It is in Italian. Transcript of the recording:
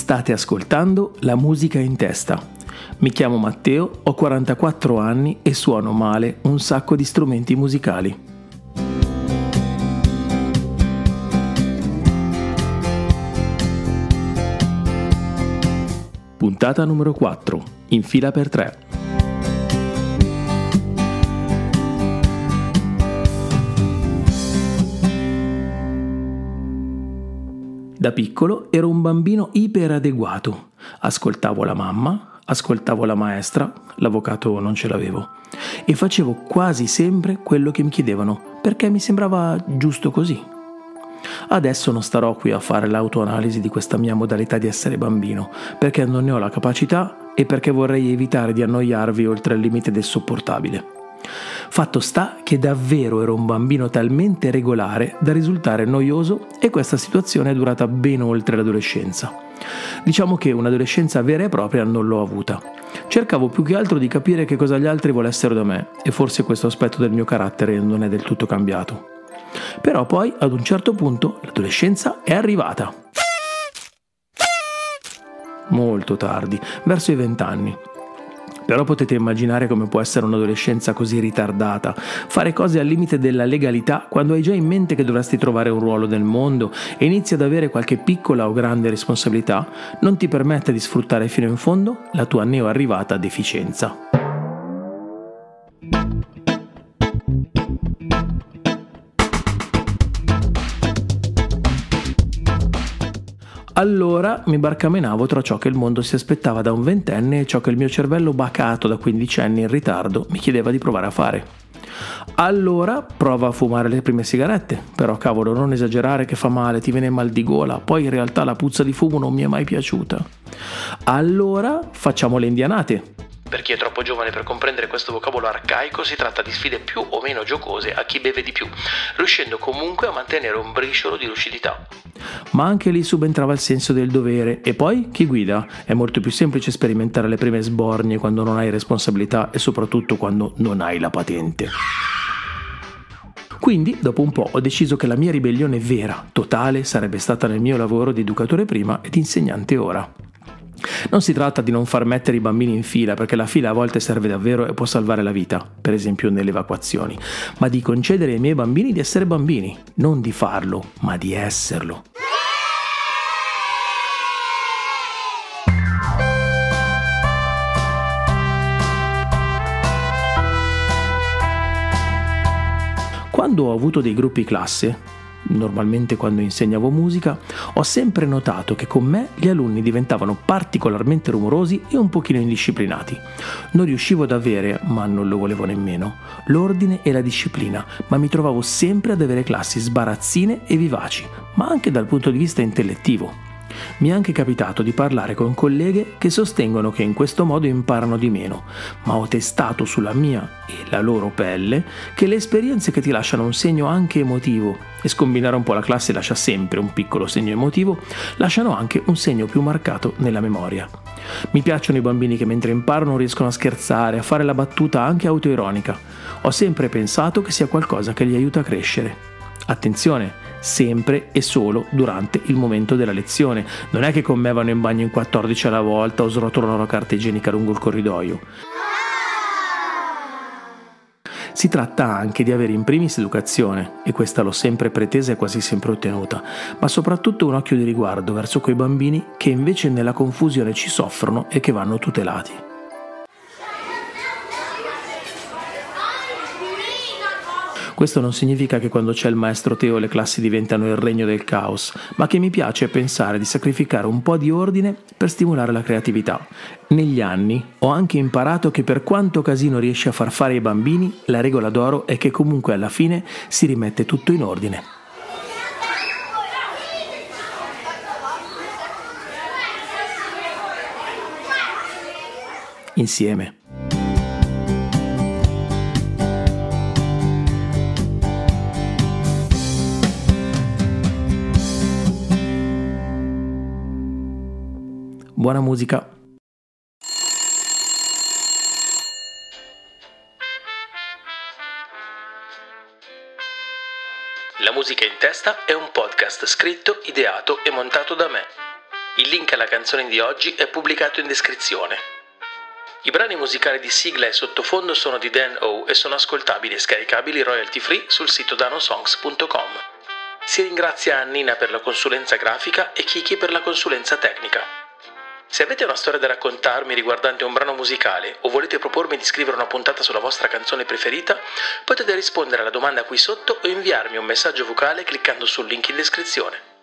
State ascoltando La musica in testa. Mi chiamo Matteo, ho 44 anni e suono male un sacco di strumenti musicali. Puntata numero 4, in fila per 3. Da piccolo ero un bambino iperadeguato. Ascoltavo la mamma, ascoltavo la maestra, l'avvocato non ce l'avevo, e facevo quasi sempre quello che mi chiedevano, perché mi sembrava giusto così. Adesso non starò qui a fare l'autoanalisi di questa mia modalità di essere bambino, perché non ne ho la capacità e perché vorrei evitare di annoiarvi oltre il limite del sopportabile. Fatto sta che davvero ero un bambino talmente regolare da risultare noioso e questa situazione è durata ben oltre l'adolescenza. Diciamo che un'adolescenza vera e propria non l'ho avuta. Cercavo più che altro di capire che cosa gli altri volessero da me e forse questo aspetto del mio carattere non è del tutto cambiato. Però poi ad un certo punto l'adolescenza è arrivata. Molto tardi, verso i 20 anni. Però potete immaginare come può essere un'adolescenza così ritardata, fare cose al limite della legalità quando hai già in mente che dovresti trovare un ruolo nel mondo e inizi ad avere qualche piccola o grande responsabilità, non ti permette di sfruttare fino in fondo la tua neoarrivata deficienza. Allora mi barcamenavo tra ciò che il mondo si aspettava da un ventenne e ciò che il mio cervello bacato da 15 anni in ritardo mi chiedeva di provare a fare. Allora prova a fumare le prime sigarette, però cavolo, non esagerare che fa male, ti viene mal di gola, poi in realtà la puzza di fumo non mi è mai piaciuta. Allora facciamo le indianate. Per chi è troppo giovane per comprendere questo vocabolo arcaico, si tratta di sfide più o meno giocose a chi beve di più, riuscendo comunque a mantenere un briciolo di lucidità. Ma anche lì subentrava il senso del dovere. E poi chi guida? È molto più semplice sperimentare le prime sbornie quando non hai responsabilità e soprattutto quando non hai la patente. Quindi, dopo un po', ho deciso che la mia ribellione vera, totale, sarebbe stata nel mio lavoro di educatore prima ed insegnante ora. Non si tratta di non far mettere i bambini in fila, perché la fila a volte serve davvero e può salvare la vita, per esempio nelle evacuazioni, ma di concedere ai miei bambini di essere bambini, non di farlo, ma di esserlo. Quando ho avuto dei gruppi classe, normalmente quando insegnavo musica, ho sempre notato che con me gli alunni diventavano particolarmente rumorosi e un pochino indisciplinati. Non riuscivo ad avere, ma non lo volevo nemmeno, l'ordine e la disciplina, ma mi trovavo sempre ad avere classi sbarazzine e vivaci, ma anche dal punto di vista intellettivo. Mi è anche capitato di parlare con colleghe che sostengono che in questo modo imparano di meno, ma ho testato sulla mia e la loro pelle che le esperienze che ti lasciano un segno anche emotivo, e scombinare un po' la classe lascia sempre un piccolo segno emotivo, lasciano anche un segno più marcato nella memoria. Mi piacciono i bambini che mentre imparano riescono a scherzare, a fare la battuta anche autoironica. Ho sempre pensato che sia qualcosa che li aiuta a crescere. Attenzione, sempre e solo durante il momento della lezione. Non è che con me vanno in bagno in 14 alla volta o srotolano la carta igienica lungo il corridoio. Si tratta anche di avere in primis educazione, e questa l'ho sempre pretesa e quasi sempre ottenuta, ma soprattutto un occhio di riguardo verso quei bambini che invece nella confusione ci soffrono e che vanno tutelati. Questo non significa che quando c'è il maestro Teo le classi diventano il regno del caos, ma che mi piace pensare di sacrificare un po' di ordine per stimolare la creatività. Negli anni ho anche imparato che per quanto casino riesci a far fare ai bambini, la regola d'oro è che comunque alla fine si rimette tutto in ordine. Insieme. Buona musica. La musica in testa è un podcast scritto, ideato e montato da me. Il link alla canzone di oggi è pubblicato in descrizione. I brani musicali di sigla e sottofondo sono di Dan O e sono ascoltabili e scaricabili royalty free sul sito danosongs.com. Si ringrazia Annina per la consulenza grafica e Kiki per la consulenza tecnica. Se avete una storia da raccontarmi riguardante un brano musicale o volete propormi di scrivere una puntata sulla vostra canzone preferita, potete rispondere alla domanda qui sotto o inviarmi un messaggio vocale cliccando sul link in descrizione.